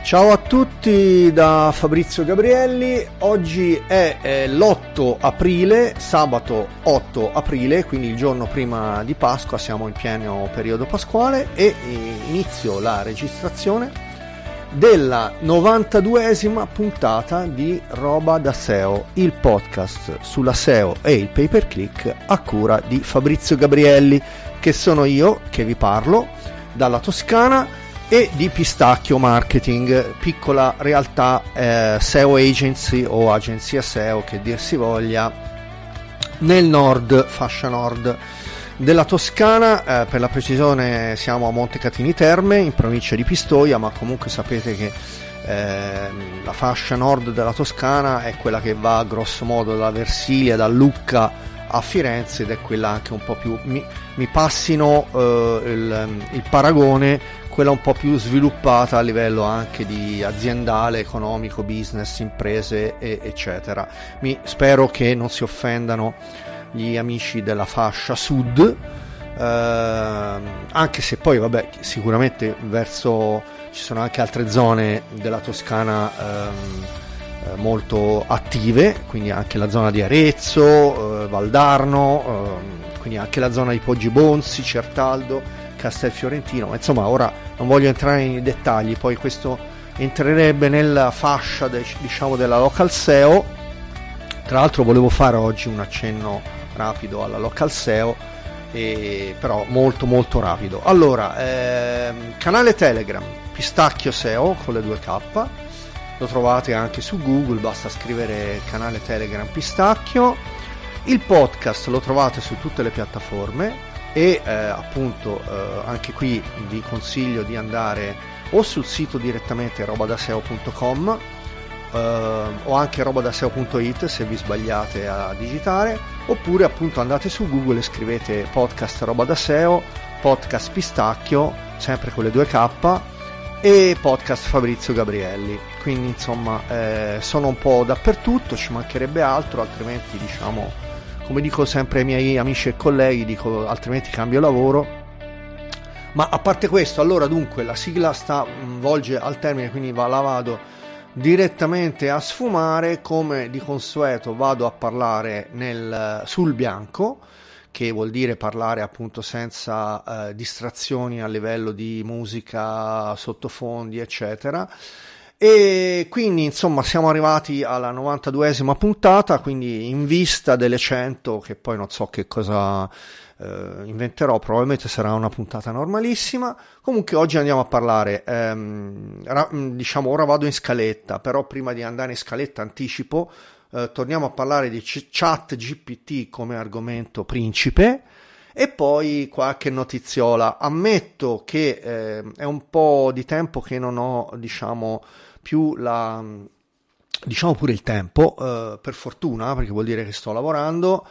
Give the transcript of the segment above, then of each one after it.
Ciao a tutti da Fabrizio Gabrielli. Oggi è l'8 aprile, sabato 8 aprile, quindi il giorno prima di Pasqua, siamo in pieno periodo pasquale e inizio la registrazione della 92esima puntata di Roba da SEO, il podcast sulla SEO e il pay per click a cura di Fabrizio Gabrielli, che sono io che vi parlo dalla Toscana, e di Pistacchio Marketing, piccola realtà SEO agency o agenzia SEO che dir si voglia, nel nord, fascia nord della Toscana. Per la precisione siamo a Montecatini Terme, in provincia di Pistoia, ma comunque sapete che la fascia nord della Toscana è quella che va grosso modo da Versilia, da Lucca a Firenze, ed è quella anche un po' più, mi passino il paragone, quella un po' più sviluppata a livello anche di aziendale, economico, business, imprese eccetera. Spero che non si offendano gli amici della fascia sud, anche se poi vabbè, sicuramente ci sono anche altre zone della Toscana molto attive, quindi anche la zona di Arezzo, Valdarno, quindi anche la zona di Poggibonsi, Certaldo, Castelfiorentino, ma insomma ora non voglio entrare nei dettagli, poi questo entrerebbe nella fascia diciamo della local SEO. Tra l'altro volevo fare oggi un accenno rapido alla local SEO, però molto molto rapido. Allora, canale Telegram Pistacchio SEO con le 2K, lo trovate anche su Google, basta scrivere canale Telegram Pistacchio. Il podcast lo trovate su tutte le piattaforme e appunto anche qui vi consiglio di andare o sul sito direttamente robadaseo.com o anche robadaseo.it se vi sbagliate a digitare, oppure appunto andate su Google e scrivete podcast Roba da SEO, podcast Pistacchio sempre con le 2K e podcast Fabrizio Gabrielli. Quindi insomma sono un po' dappertutto, ci mancherebbe altro, altrimenti diciamo, come dico sempre ai miei amici e colleghi, dico altrimenti cambio lavoro. Ma a parte questo, allora dunque la sigla volge al termine, quindi la vado direttamente a sfumare. Come di consueto vado a parlare sul bianco, che vuol dire parlare appunto senza distrazioni a livello di musica, sottofondi eccetera. E quindi insomma siamo arrivati alla 92esima puntata, quindi in vista delle 100, che poi non so che cosa inventerò, probabilmente sarà una puntata normalissima. Comunque oggi andiamo a parlare, diciamo ora vado in scaletta, però prima di andare in scaletta anticipo, torniamo a parlare di chat GPT come argomento principe e poi qualche notiziola. Ammetto che è un po' di tempo che non ho diciamo più diciamo pure il tempo, per fortuna, perché vuol dire che sto lavorando,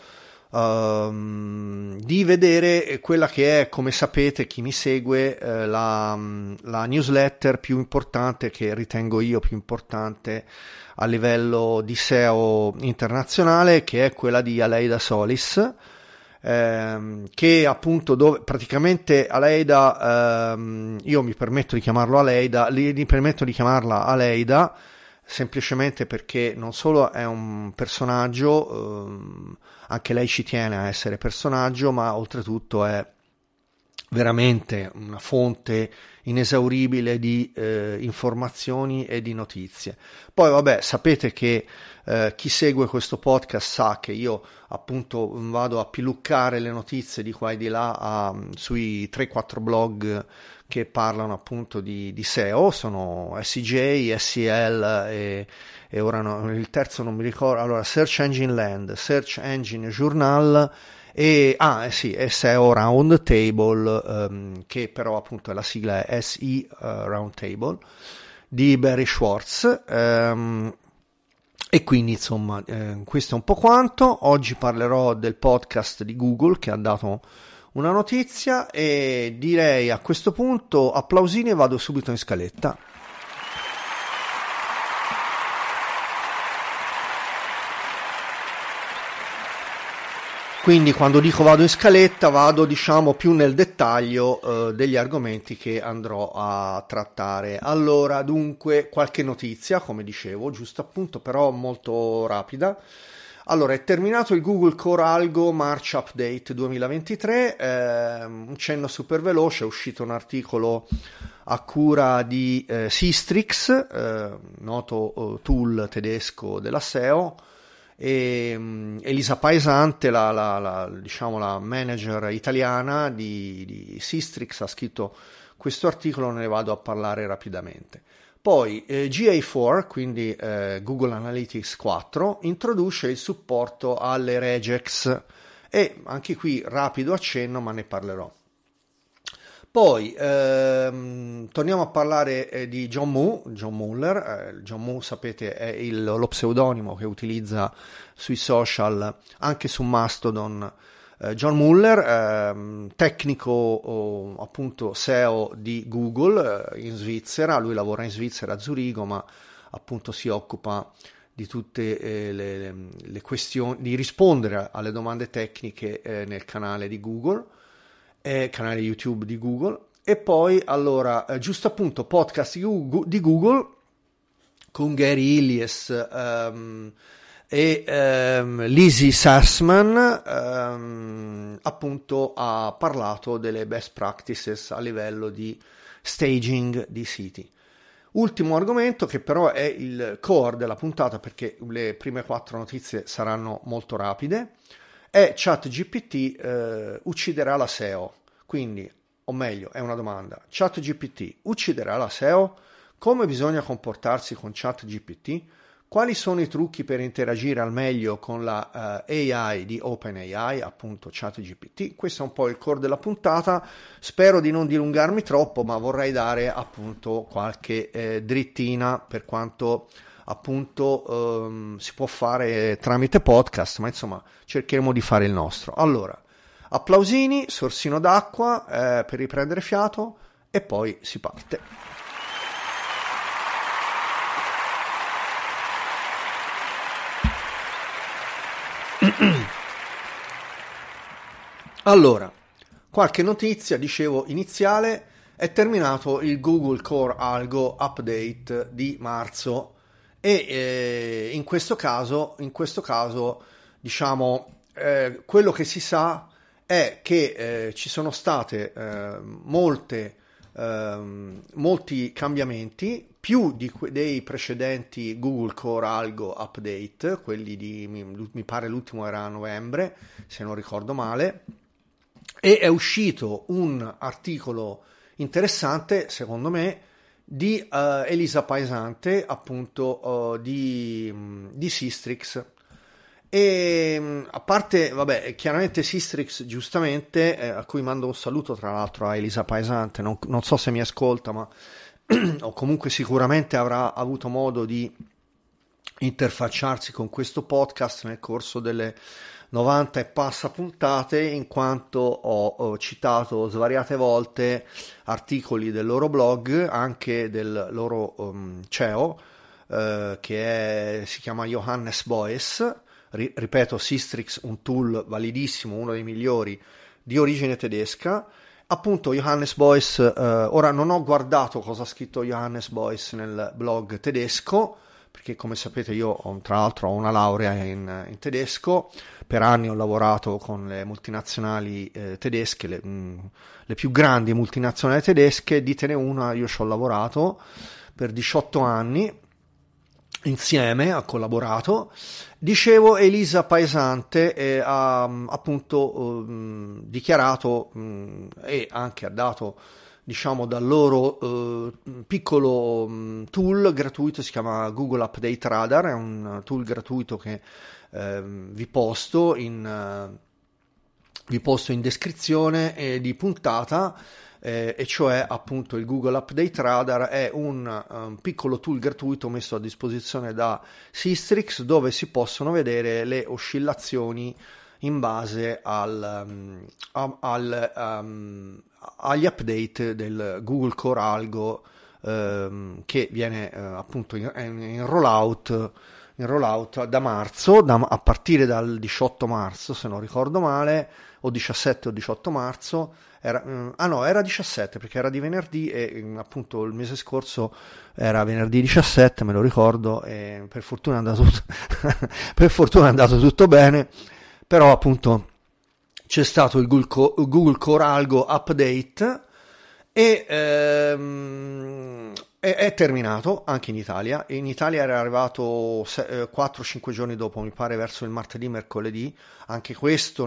di vedere quella che è, come sapete chi mi segue, la newsletter più importante, che ritengo io più importante a livello di SEO internazionale, che è quella di Aleida Solis, che appunto dove praticamente Aleida, io mi permetto di chiamarlo Aleida, mi permetto di chiamarla Aleida semplicemente perché non solo è un personaggio, anche lei ci tiene a essere personaggio, ma oltretutto è veramente una fonte inesauribile di informazioni e di notizie. Poi vabbè, sapete che chi segue questo podcast sa che io appunto vado a piluccare le notizie di qua e di là sui 3-4 blog che parlano appunto di SEO, sono SEJ, SEL e ora no, il terzo non mi ricordo, allora Search Engine Land, Search Engine Journal e SEO Roundtable, che però appunto la sigla è SE Roundtable di Barry Schwartz, e quindi insomma questo è un po' quanto. Oggi parlerò del podcast di Google che ha dato una notizia e direi a questo punto applausini e vado subito in scaletta. Quindi quando dico vado in scaletta vado diciamo più nel dettaglio degli argomenti che andrò a trattare. Allora, dunque, qualche notizia, come dicevo, giusto appunto, però molto rapida. Allora, è terminato il Google Core Algo March Update 2023, un cenno super veloce, è uscito un articolo a cura di Sistrix, noto tool tedesco della SEO, e Elisa Paesante, diciamo, la manager italiana di Sistrix, ha scritto questo articolo, ne vado a parlare rapidamente. Poi GA4, quindi Google Analytics 4, introduce il supporto alle regex e anche qui rapido accenno, ma ne parlerò. Poi torniamo a parlare di John Mueller. John Mu, sapete, è lo pseudonimo che utilizza sui social, anche su Mastodon. John Mueller, tecnico appunto SEO di Google in Svizzera. Lui lavora in Svizzera, a Zurigo, ma appunto si occupa di tutte le questioni, di rispondere alle domande tecniche nel canale di Google, canale YouTube di Google. E poi allora giusto appunto podcast di Google con Gary Illies e Lizzie Sassman appunto ha parlato delle best practices a livello di staging di siti. Ultimo argomento, che però è il core della puntata, perché le prime 4 notizie saranno molto rapide, è ChatGPT ucciderà la SEO. Quindi, o meglio, è una domanda: ChatGPT ucciderà la SEO? Come bisogna comportarsi con ChatGPT? Quali sono i trucchi per interagire al meglio con la AI di OpenAI, appunto ChatGPT? Questo è un po' il core della puntata. Spero di non dilungarmi troppo, ma vorrei dare appunto qualche drittina per quanto appunto si può fare tramite podcast, ma insomma cercheremo di fare il nostro. Allora, applausini, sorsino d'acqua per riprendere fiato e poi si parte. Allora, qualche notizia, dicevo, iniziale: è terminato il Google Core Algo Update di marzo e in questo caso diciamo quello che si sa è che ci sono state molti cambiamenti, più dei precedenti Google Core Algo Update, quelli mi pare l'ultimo era a novembre, se non ricordo male, e è uscito un articolo interessante, secondo me, di Elisa Paesante, appunto di Sistrix. E a parte, vabbè, chiaramente Sistrix, giustamente, a cui mando un saluto tra l'altro a Elisa Paesante, non so se mi ascolta, ma o comunque sicuramente avrà avuto modo di interfacciarsi con questo podcast nel corso delle 90 e passa puntate, in quanto ho citato svariate volte articoli del loro blog, anche del loro CEO, che si chiama Johannes Boes. Ripeto, Sistrix, un tool validissimo, uno dei migliori, di origine tedesca. Appunto Johannes Boes, ora non ho guardato cosa ha scritto Johannes Boes nel blog tedesco, perché come sapete io tra l'altro ho una laurea in tedesco, per anni ho lavorato con le multinazionali tedesche, le più grandi multinazionali tedesche. Ditene una, io ci ho lavorato per 18 anni, insieme ha collaborato. Dicevo, Elisa Paesante ha appunto dichiarato e anche ha dato, diciamo, dal loro piccolo tool gratuito, si chiama Google Update Radar, è un tool gratuito che vi posto in descrizione di puntata, e cioè appunto il Google Update Radar è un piccolo tool gratuito messo a disposizione da Sistrix, dove si possono vedere le oscillazioni in base agli update del Google Core Algo che viene appunto in rollout in rollout da marzo, a partire dal 18 marzo se non ricordo male, o 17 o 18 marzo, era 17 perché era di venerdì e appunto il mese scorso era venerdì 17, me lo ricordo, e per fortuna è andato per fortuna è andato tutto bene, però appunto c'è stato il Google Core Algo Update e è terminato anche in Italia. In Italia era arrivato 4-5 giorni dopo, mi pare verso il martedì, mercoledì. Anche questo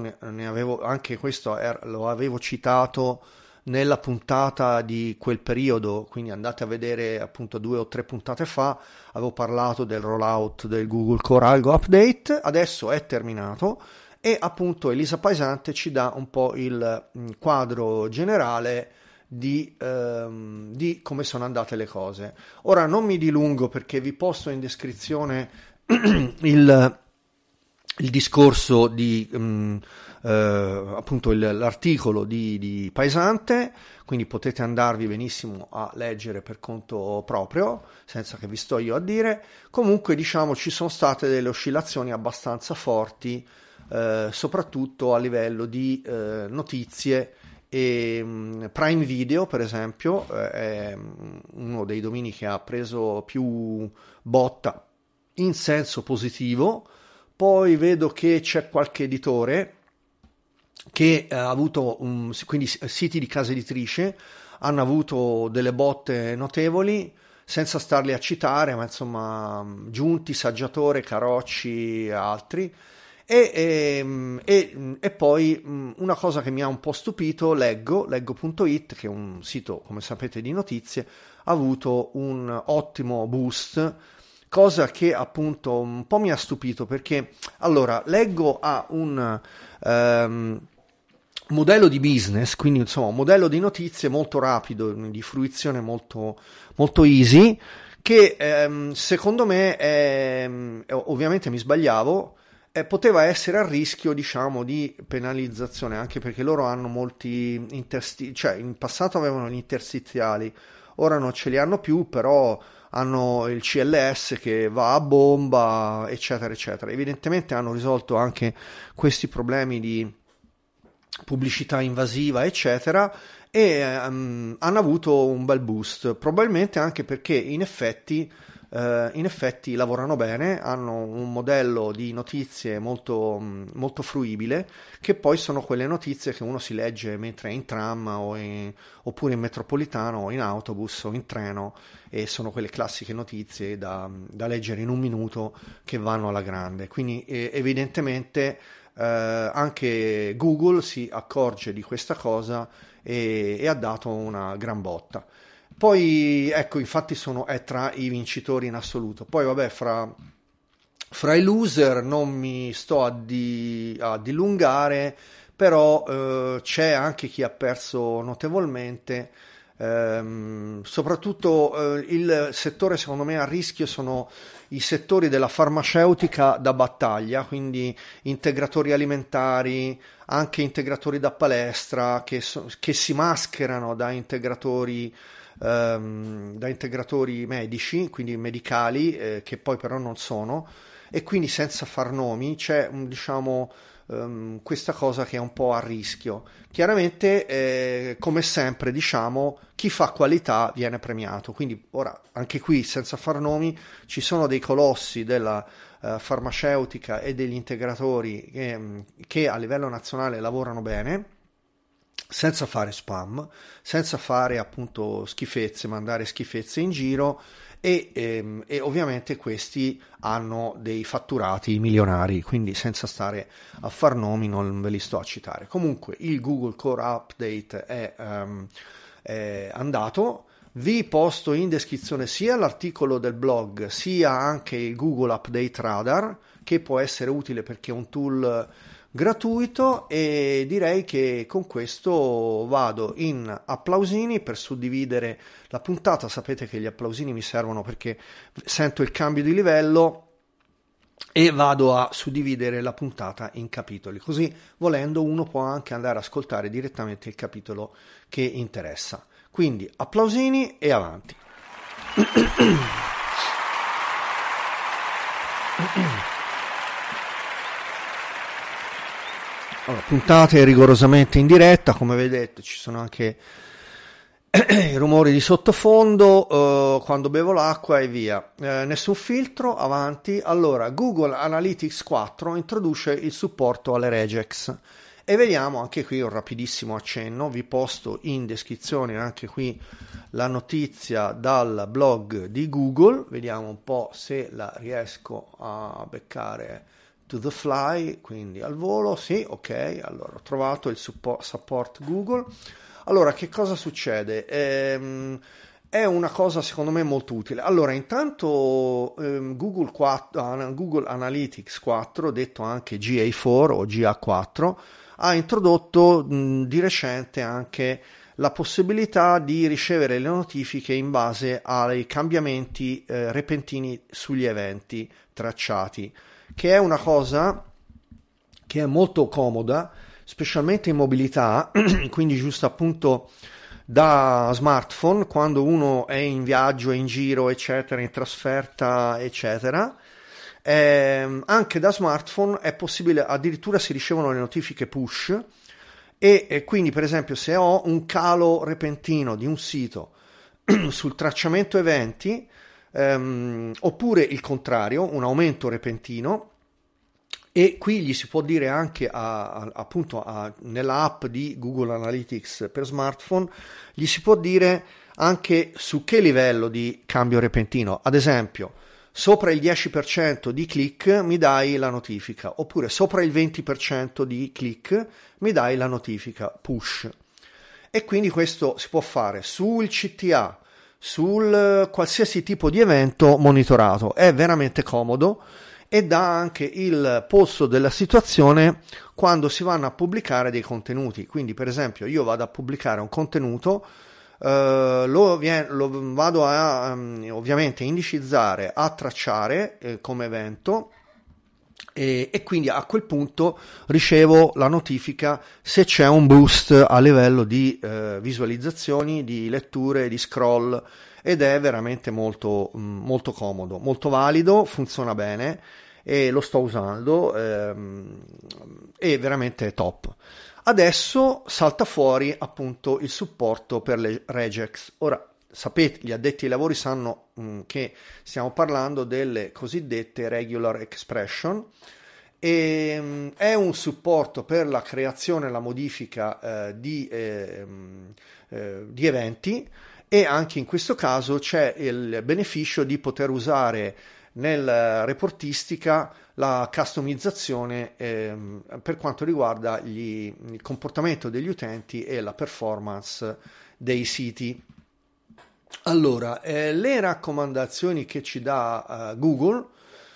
lo avevo citato nella puntata di quel periodo, quindi andate a vedere appunto 2 o 3 puntate fa, avevo parlato del rollout del Google Core Algo Update. Adesso è terminato e appunto Elisa Paesante ci dà un po' il quadro generale di come sono andate le cose. Ora non mi dilungo perché vi posto in descrizione il discorso di appunto l'articolo di Paesante, quindi potete andarvi benissimo a leggere per conto proprio senza che vi sto io a dire. Comunque diciamo ci sono state delle oscillazioni abbastanza forti, soprattutto a livello di notizie. E Prime Video per esempio è uno dei domini che ha preso più botta in senso positivo. Poi vedo che c'è qualche editore che ha avuto quindi siti di case editrici hanno avuto delle botte notevoli, senza starli a citare, ma insomma Giunti, Saggiatore, Carocci e altri. E poi una cosa che mi ha un po' stupito, leggo.it, che è un sito come sapete di notizie, ha avuto un ottimo boost, cosa che appunto un po' mi ha stupito perché allora Leggo ha un modello di business, quindi insomma un modello di notizie molto rapido, di fruizione molto, molto easy, che secondo me ovviamente mi sbagliavo, poteva essere a rischio, diciamo, di penalizzazione, anche perché loro hanno molti cioè in passato avevano gli interstiziali, ora non ce li hanno più, però hanno il CLS che va a bomba, eccetera, eccetera. Evidentemente hanno risolto anche questi problemi di pubblicità invasiva, eccetera, e hanno avuto un bel boost, probabilmente anche perché in effetti lavorano bene, hanno un modello di notizie molto, molto fruibile, che poi sono quelle notizie che uno si legge mentre è in tram oppure in metropolitano o in autobus o in treno, e sono quelle classiche notizie da leggere in un minuto che vanno alla grande. Quindi evidentemente anche Google si accorge di questa cosa e ha dato una gran botta. Poi ecco, infatti è tra i vincitori in assoluto. Poi vabbè, fra i loser non mi sto a dilungare, però c'è anche chi ha perso notevolmente. Soprattutto il settore secondo me a rischio sono i settori della farmaceutica da battaglia, quindi integratori alimentari, anche integratori da palestra che si mascherano da integratori medici, quindi medicali, che poi però non sono, e quindi senza far nomi c'è diciamo questa cosa che è un po' a rischio. Chiaramente come sempre diciamo chi fa qualità viene premiato, quindi ora anche qui senza far nomi ci sono dei colossi della farmaceutica e degli integratori che a livello nazionale lavorano bene, senza fare spam, senza fare appunto schifezze, mandare schifezze in giro, e ovviamente questi hanno dei fatturati milionari, quindi senza stare a far nomi non ve li sto a citare. Comunque il Google Core Update è andato. Vi posto in descrizione sia l'articolo del blog sia anche il Google Update Radar, che può essere utile perché è un tool gratuito, e direi che con questo vado in applausini per suddividere la puntata. Sapete che gli applausini mi servono perché sento il cambio di livello e vado a suddividere la puntata in capitoli, così volendo uno può anche andare ad ascoltare direttamente il capitolo che interessa. Quindi applausini e avanti. Allora, puntate rigorosamente in diretta, come vedete ci sono anche i rumori di sottofondo quando bevo l'acqua e via. Nessun filtro, avanti. Allora, Google Analytics 4 introduce il supporto alle regex e vediamo anche qui un rapidissimo accenno. Vi posto in descrizione anche qui la notizia dal blog di Google, vediamo un po' se la riesco a beccare to the fly, quindi al volo. Sì, ok, allora ho trovato il support Google. Allora, che cosa succede? È una cosa secondo me molto utile. Allora, intanto Google Analytics 4, detto anche GA4 o GA4, ha introdotto di recente anche la possibilità di ricevere le notifiche in base ai cambiamenti repentini sugli eventi tracciati, che è una cosa che è molto comoda, specialmente in mobilità, quindi giusto appunto da smartphone, quando uno è in viaggio, è in giro, eccetera, in trasferta, eccetera. Anche da smartphone è possibile, addirittura si ricevono le notifiche push e quindi per esempio se ho un calo repentino di un sito sul tracciamento eventi, oppure il contrario, un aumento repentino, e qui gli si può dire anche nella app di Google Analytics per smartphone, gli si può dire anche su che livello di cambio repentino. Ad esempio, sopra il 10% di click mi dai la notifica, oppure sopra il 20% di click mi dai la notifica push. E quindi questo si può fare sul CTA, sul qualsiasi tipo di evento monitorato. È veramente comodo e dà anche il polso della situazione quando si vanno a pubblicare dei contenuti. Quindi per esempio io vado a pubblicare un contenuto, lo vado a ovviamente indicizzare, a tracciare come evento, e quindi a quel punto ricevo la notifica se c'è un boost a livello di visualizzazioni, di letture, di scroll, ed è veramente molto, molto comodo, molto valido, funziona bene e lo sto usando, è veramente top. Adesso salta fuori appunto il supporto per le regex. Ora sapete, gli addetti ai lavori sanno che stiamo parlando delle cosiddette regular expression, e è un supporto per la creazione e la modifica di eventi, e anche in questo caso c'è il beneficio di poter usare nella reportistica la customizzazione per quanto riguarda il comportamento degli utenti e la performance dei siti. Allora, le raccomandazioni che ci dà Google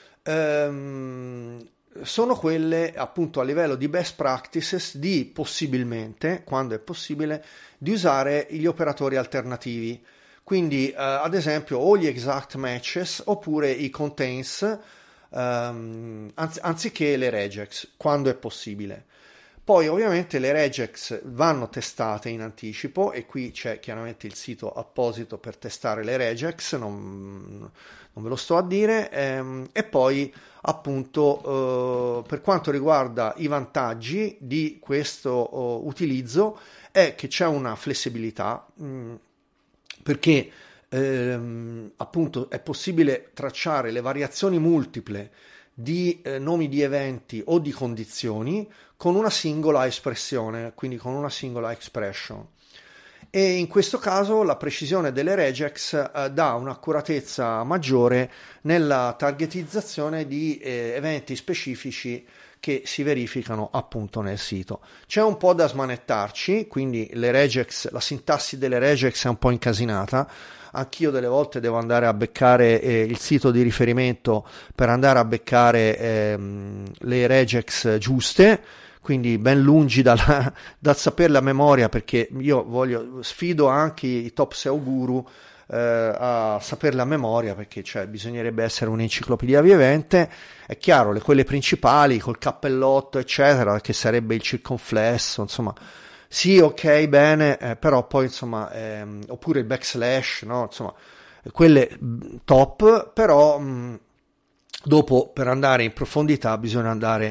sono quelle appunto a livello di best practices di possibilmente, quando è possibile, di usare gli operatori alternativi. Quindi ad esempio o gli exact matches oppure i contains anziché le regex, quando è possibile. Poi ovviamente le regex vanno testate in anticipo, e qui c'è chiaramente il sito apposito per testare le regex, non ve lo sto a dire, e poi appunto per quanto riguarda i vantaggi di questo utilizzo è che c'è una flessibilità, perché appunto è possibile tracciare le variazioni multiple di nomi di eventi o di condizioni con una singola espressione, quindi con una singola expression. E in questo caso la precisione delle regex dà un'accuratezza maggiore nella targetizzazione di eventi specifici che si verificano appunto nel sito. C'è un po' da smanettarci, quindi le regex, la sintassi delle regex è un po' incasinata. Anch'io delle volte devo andare a beccare il sito di riferimento per andare a beccare le regex giuste, quindi ben lungi dal saperle a memoria, perché io sfido anche i top SEO guru a saperle a memoria, perché bisognerebbe essere un'enciclopedia vivente. È chiaro, quelle principali col cappellotto eccetera, che sarebbe il circonflesso, insomma sì, ok, bene, però poi insomma oppure il backslash, no? Insomma quelle top, però dopo per andare in profondità bisogna andare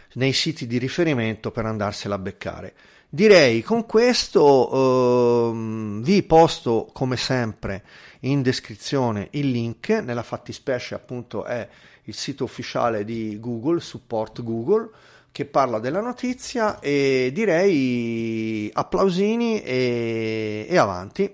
nei siti di riferimento per andarsela a beccare. Direi con questo vi posto come sempre in descrizione il link, nella fattispecie appunto è il sito ufficiale di Google, Support Google, che parla della notizia, e direi applausini e avanti.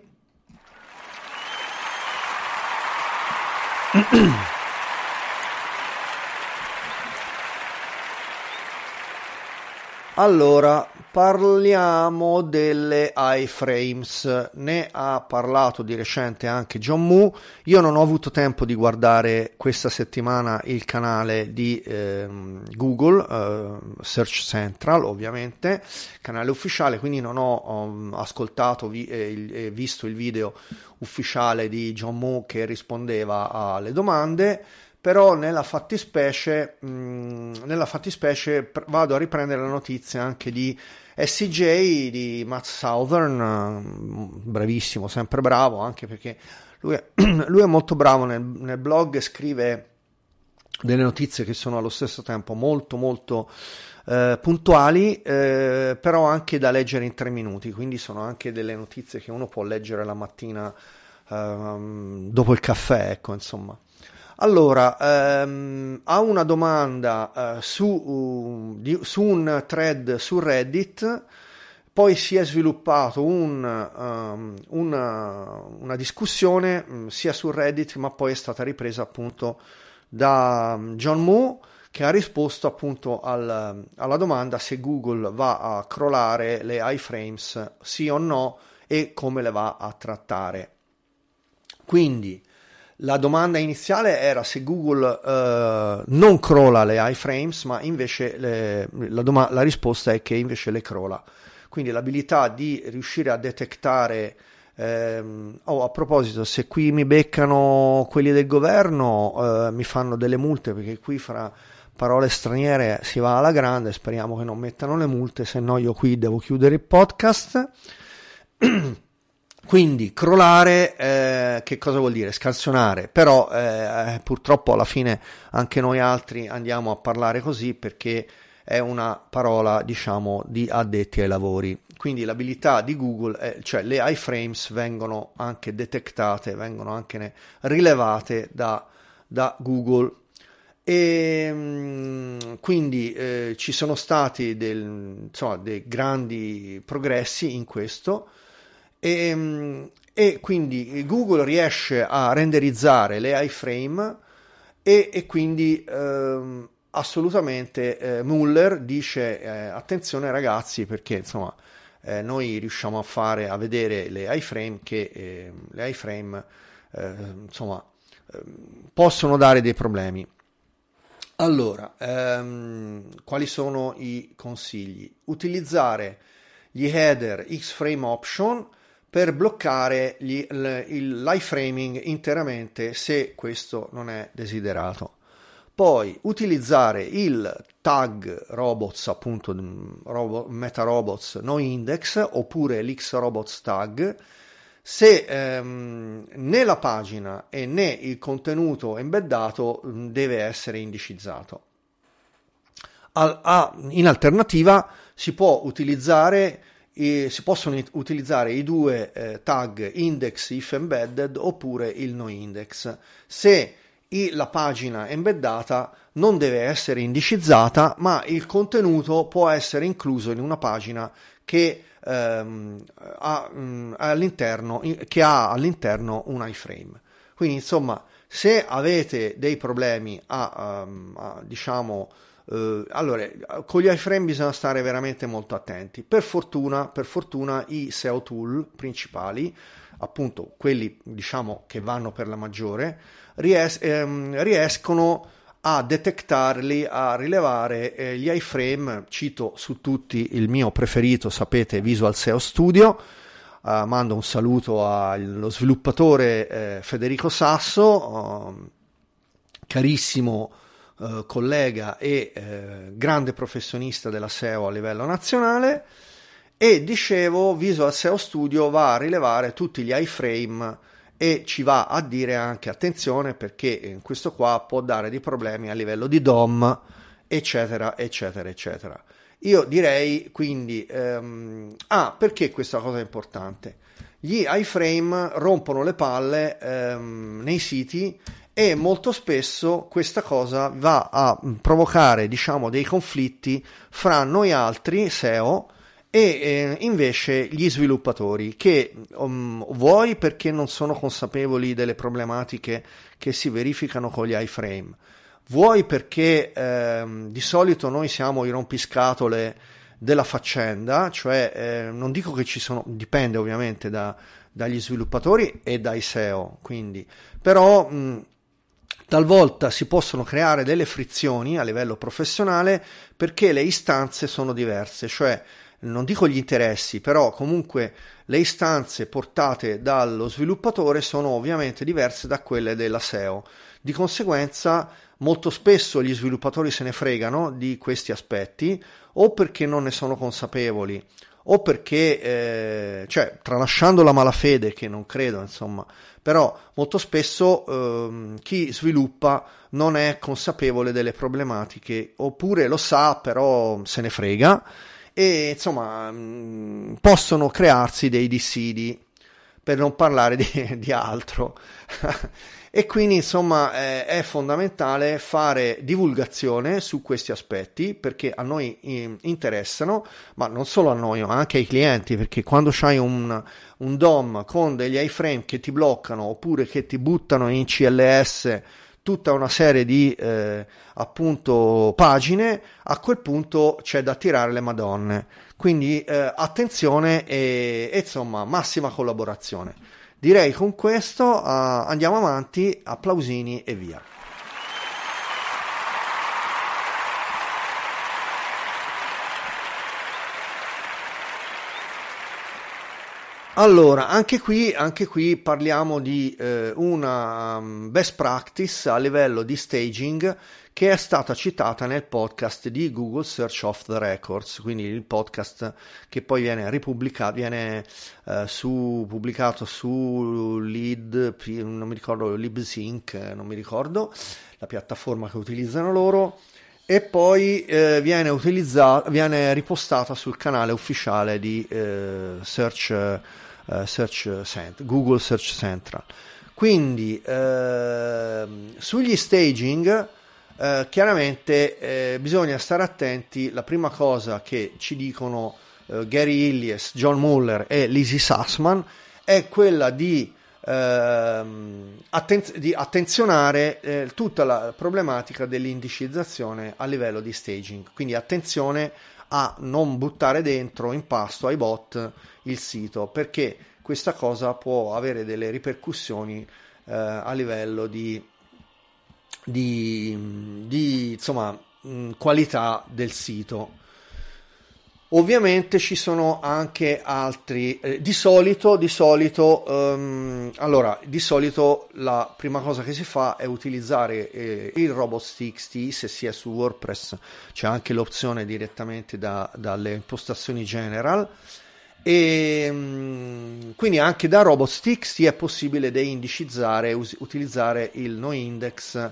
Allora, parliamo delle iframes. Ne ha parlato di recente anche John Moo. Io non ho avuto tempo di guardare questa settimana il canale di Google, Search Central ovviamente, canale ufficiale, quindi non ho ascoltato visto il video ufficiale di John Moo che rispondeva alle domande. Però nella fattispecie vado a riprendere la notizia anche di SJ, di Matt Southern, bravissimo, sempre bravo, anche perché lui è molto bravo nel blog, scrive delle notizie che sono allo stesso tempo molto molto puntuali, però anche da leggere in 3 minuti, quindi sono anche delle notizie che uno può leggere la mattina dopo il caffè, ecco, insomma. Allora, ha una domanda su un thread su Reddit, poi si è sviluppato una discussione sia su Reddit, ma poi è stata ripresa appunto da John Moo, che ha risposto appunto alla domanda se Google va a crollare le iframes, sì o no, e come le va a trattare. Quindi la domanda iniziale era se Google non crolla le iframes, ma invece la risposta è che invece le crolla. Quindi l'abilità di riuscire a detectare a proposito, se qui mi beccano quelli del governo mi fanno delle multe, perché qui fra parole straniere si va alla grande, speriamo che non mettano le multe, se no io qui devo chiudere il podcast. Quindi crollare, che cosa vuol dire? Scansionare, però purtroppo alla fine anche noi altri andiamo a parlare così perché è una parola, diciamo, di addetti ai lavori. Quindi l'abilità di Google, cioè le iframes vengono anche detectate, vengono anche rilevate da Google. E quindi ci sono stati dei grandi progressi in questo. E quindi Google riesce a renderizzare le iframe e quindi assolutamente Mueller dice attenzione ragazzi, perché insomma noi riusciamo a vedere le iframe che le iframe insomma possono dare dei problemi. Allora, quali sono i consigli? Utilizzare gli header X-frame option per bloccare l'iframing interamente se questo non è desiderato. Poi utilizzare il tag robots, appunto MetaRobots noindex, oppure l'Xrobots tag se né la pagina e né il contenuto embeddato deve essere indicizzato. In alternativa si possono utilizzare i due tag index if embedded oppure il noindex. Se la pagina embedata non deve essere indicizzata, ma il contenuto può essere incluso in una pagina che ha all'interno un iframe. Quindi insomma, se avete dei problemi diciamo allora, con gli iframe bisogna stare veramente molto attenti. Per fortuna i SEO tool principali, appunto quelli diciamo che vanno per la maggiore, riescono a detectarli, a rilevare gli iframe. Cito su tutti il mio preferito, sapete, Visual SEO Studio. Mando un saluto allo sviluppatore Federico Sasso, carissimo collega e grande professionista della SEO a livello nazionale. E dicevo, Visual SEO Studio va a rilevare tutti gli iframe e ci va a dire anche attenzione, perché questo qua può dare dei problemi a livello di DOM eccetera, eccetera, eccetera. Io direi quindi, perché questa cosa è importante? Gli iframe rompono le palle nei siti e molto spesso questa cosa va a provocare, diciamo, dei conflitti fra noi altri SEO e invece gli sviluppatori che vuoi perché non sono consapevoli delle problematiche che si verificano con gli iframe, vuoi perché di solito noi siamo i rompiscatole della faccenda, cioè non dico che ci sono, dipende ovviamente dagli sviluppatori e dai SEO, quindi, però talvolta si possono creare delle frizioni a livello professionale perché le istanze sono diverse, cioè non dico gli interessi, però comunque le istanze portate dallo sviluppatore sono ovviamente diverse da quelle della SEO. Di conseguenza molto spesso gli sviluppatori se ne fregano di questi aspetti o perché non ne sono consapevoli o perché, cioè, tralasciando la malafede, che non credo, insomma, però molto spesso chi sviluppa non è consapevole delle problematiche, oppure lo sa, però se ne frega, e insomma possono crearsi dei dissidi, per non parlare di altro. E quindi insomma è fondamentale fare divulgazione su questi aspetti perché a noi interessano, ma non solo a noi, ma anche ai clienti, perché quando c'hai un DOM con degli iframe che ti bloccano oppure che ti buttano in CLS tutta una serie di appunto pagine, a quel punto c'è da tirare le madonne. Quindi attenzione e insomma massima collaborazione. Direi con questo andiamo avanti, applausini e via. Allora, anche qui parliamo di una best practice a livello di staging che è stata citata nel podcast di Google Search Off the Records, quindi il podcast che poi viene ripubblicato, pubblicato su non mi ricordo, LibSync, non mi ricordo la piattaforma che utilizzano loro, e poi viene ripostata sul canale ufficiale di Google Search Central. Quindi sugli staging chiaramente bisogna stare attenti. La prima cosa che ci dicono Gary Illies, John Mueller e Lizzie Sussman è quella di attenzionare tutta la problematica dell'indicizzazione a livello di staging, quindi attenzione a non buttare dentro in pasto ai bot il sito, perché questa cosa può avere delle ripercussioni a livello di insomma qualità del sito. Ovviamente ci sono anche altri, di solito la prima cosa che si fa è utilizzare il robots.txt. Se si è su WordPress c'è anche l'opzione direttamente dalle impostazioni general, e quindi anche da robots.txt è possibile deindicizzare, utilizzare il noindex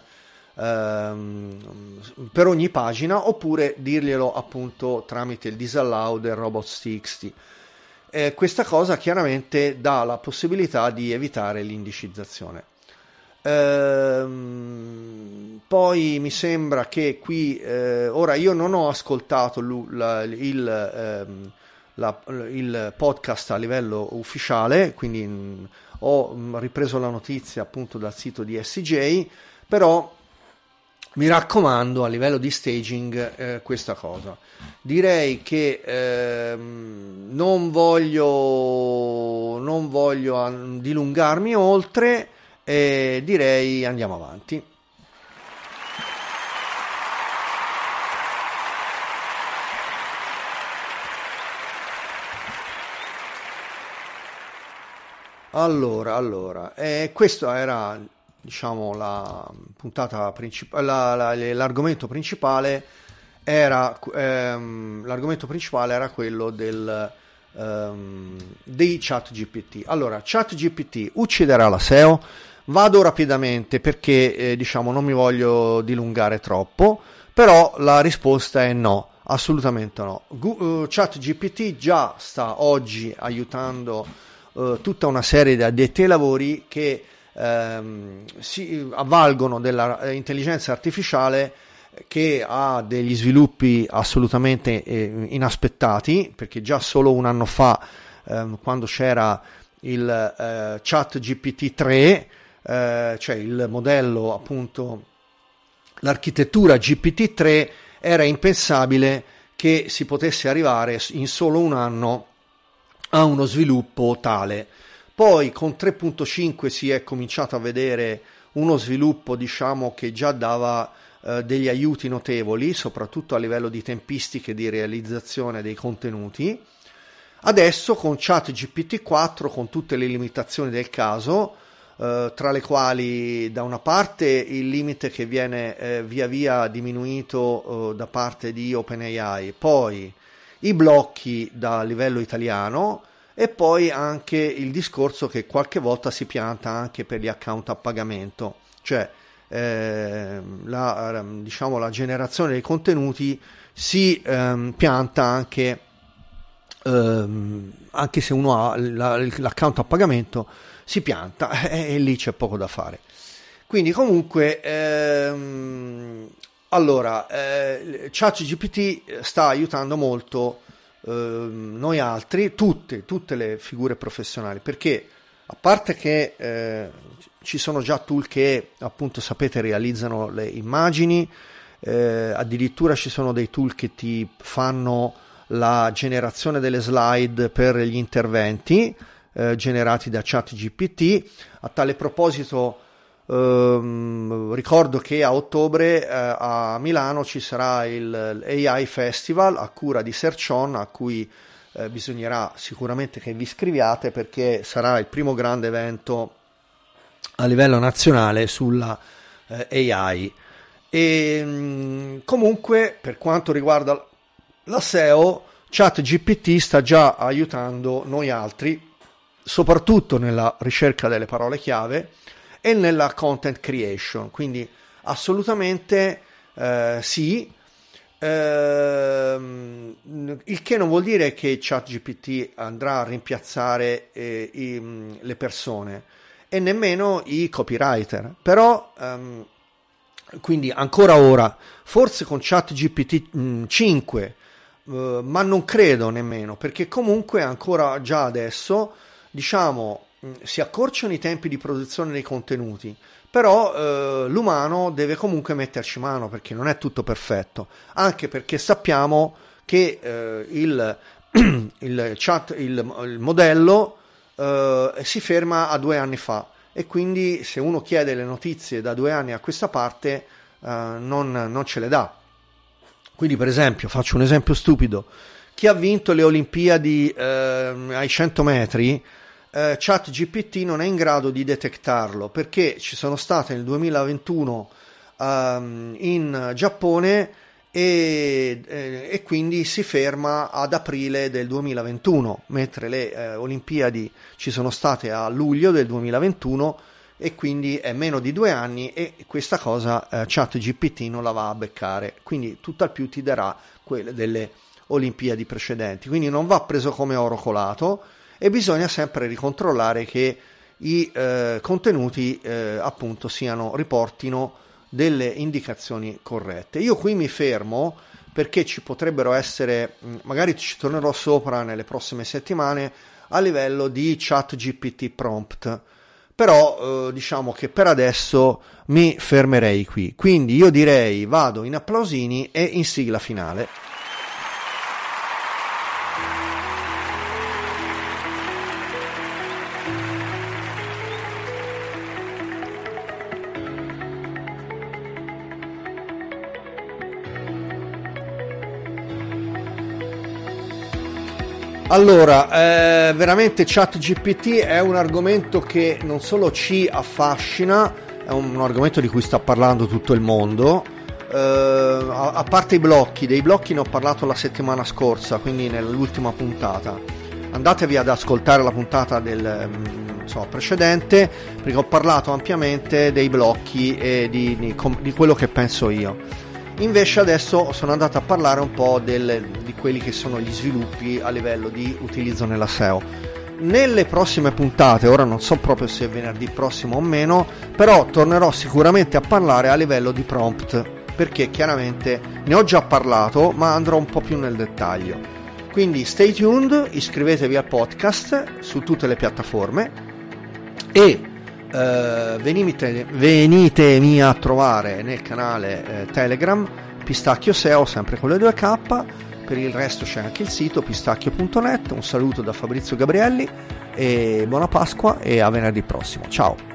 per ogni pagina, oppure dirglielo appunto tramite il disallow del robots.txt. Questa cosa chiaramente dà la possibilità di evitare l'indicizzazione. Poi mi sembra che qui ora io non ho ascoltato il podcast a livello ufficiale, quindi ho ripreso la notizia appunto dal sito di SJ, però mi raccomando a livello di staging questa cosa. Direi che non voglio dilungarmi oltre, e direi andiamo avanti. Allora, questo era, diciamo, la puntata principale, l'argomento principale era quello dei ChatGPT. Allora, ChatGPT ucciderà la SEO? Vado rapidamente perché diciamo non mi voglio dilungare troppo, Però la risposta è no, assolutamente no. ChatGPT già sta oggi aiutando tutta una serie di addetti ai lavori che si avvalgono dell'intelligenza artificiale, che ha degli sviluppi assolutamente inaspettati, perché già solo un anno fa, quando c'era il ChatGPT 3, cioè il modello, appunto l'architettura GPT-3, era impensabile che si potesse arrivare in solo un anno a uno sviluppo tale. Poi con 3.5 si è cominciato a vedere uno sviluppo, diciamo, che già dava degli aiuti notevoli, soprattutto a livello di tempistiche di realizzazione dei contenuti. Adesso con ChatGPT 4, con tutte le limitazioni del caso, tra le quali da una parte il limite che viene via via diminuito da parte di OpenAI, poi i blocchi da livello italiano, e poi anche il discorso che qualche volta si pianta anche per gli account a pagamento, cioè la generazione dei contenuti si pianta anche se uno ha l'account a pagamento, si pianta, e lì c'è poco da fare. Quindi comunque ChatGPT sta aiutando molto noi altri, tutte le figure professionali, perché a parte che ci sono già tool che, appunto, sapete, realizzano le immagini, addirittura ci sono dei tool che ti fanno la generazione delle slide per gli interventi generati da ChatGPT. A tale proposito ricordo che a ottobre a Milano ci sarà il AI Festival a cura di Search-On, a cui bisognerà sicuramente che vi iscriviate, perché sarà il primo grande evento a livello nazionale sulla AI. E comunque, per quanto riguarda la SEO, ChatGPT sta già aiutando noi altri, soprattutto nella ricerca delle parole chiave e nella content creation, quindi assolutamente sì, il che non vuol dire che ChatGPT andrà a rimpiazzare le persone e nemmeno i copywriter, però quindi ancora ora, forse con ChatGPT 5, ma non credo nemmeno, perché comunque ancora già adesso, diciamo, si accorciano i tempi di produzione dei contenuti, però l'umano deve comunque metterci mano, perché non è tutto perfetto, anche perché sappiamo che il modello si ferma a 2 anni fa, e quindi se uno chiede le notizie da 2 anni a questa parte non ce le dà. Quindi, per esempio, faccio un esempio stupido: chi ha vinto le Olimpiadi ai 100 metri, ChatGPT non è in grado di detectarlo, perché ci sono state nel 2021 in Giappone e quindi si ferma ad aprile del 2021, mentre le Olimpiadi ci sono state a luglio del 2021, e quindi è meno di 2 anni, e questa cosa ChatGPT non la va a beccare, quindi tutt'al più ti darà quelle delle Olimpiadi precedenti, quindi non va preso come oro colato, e bisogna sempre ricontrollare che i contenuti appunto riportino delle indicazioni corrette. Io qui mi fermo, perché ci potrebbero essere, magari ci tornerò sopra nelle prossime settimane, a livello di ChatGPT prompt, però diciamo che per adesso mi fermerei qui, quindi io direi vado in applausini e in sigla finale. Allora, veramente ChatGPT è un argomento che non solo ci affascina, è un argomento di cui sta parlando tutto il mondo, a parte dei blocchi ne ho parlato la settimana scorsa, quindi nell'ultima puntata. Andatevi ad ascoltare la puntata precedente, perché ho parlato ampiamente dei blocchi e di quello che penso io. Invece adesso sono andato a parlare un po' di quelli che sono gli sviluppi a livello di utilizzo nella SEO. Nelle prossime puntate, ora non so proprio se è venerdì prossimo o meno, però tornerò sicuramente a parlare a livello di prompt, perché chiaramente ne ho già parlato, ma andrò un po' più nel dettaglio. Quindi stay tuned, iscrivetevi al podcast su tutte le piattaforme e venitemi a trovare nel canale Telegram Pistacchio SEO, sempre con le 2K. Per il resto c'è anche il sito pistacchio.net. Un saluto da Fabrizio Gabrielli e buona Pasqua e a venerdì prossimo. Ciao.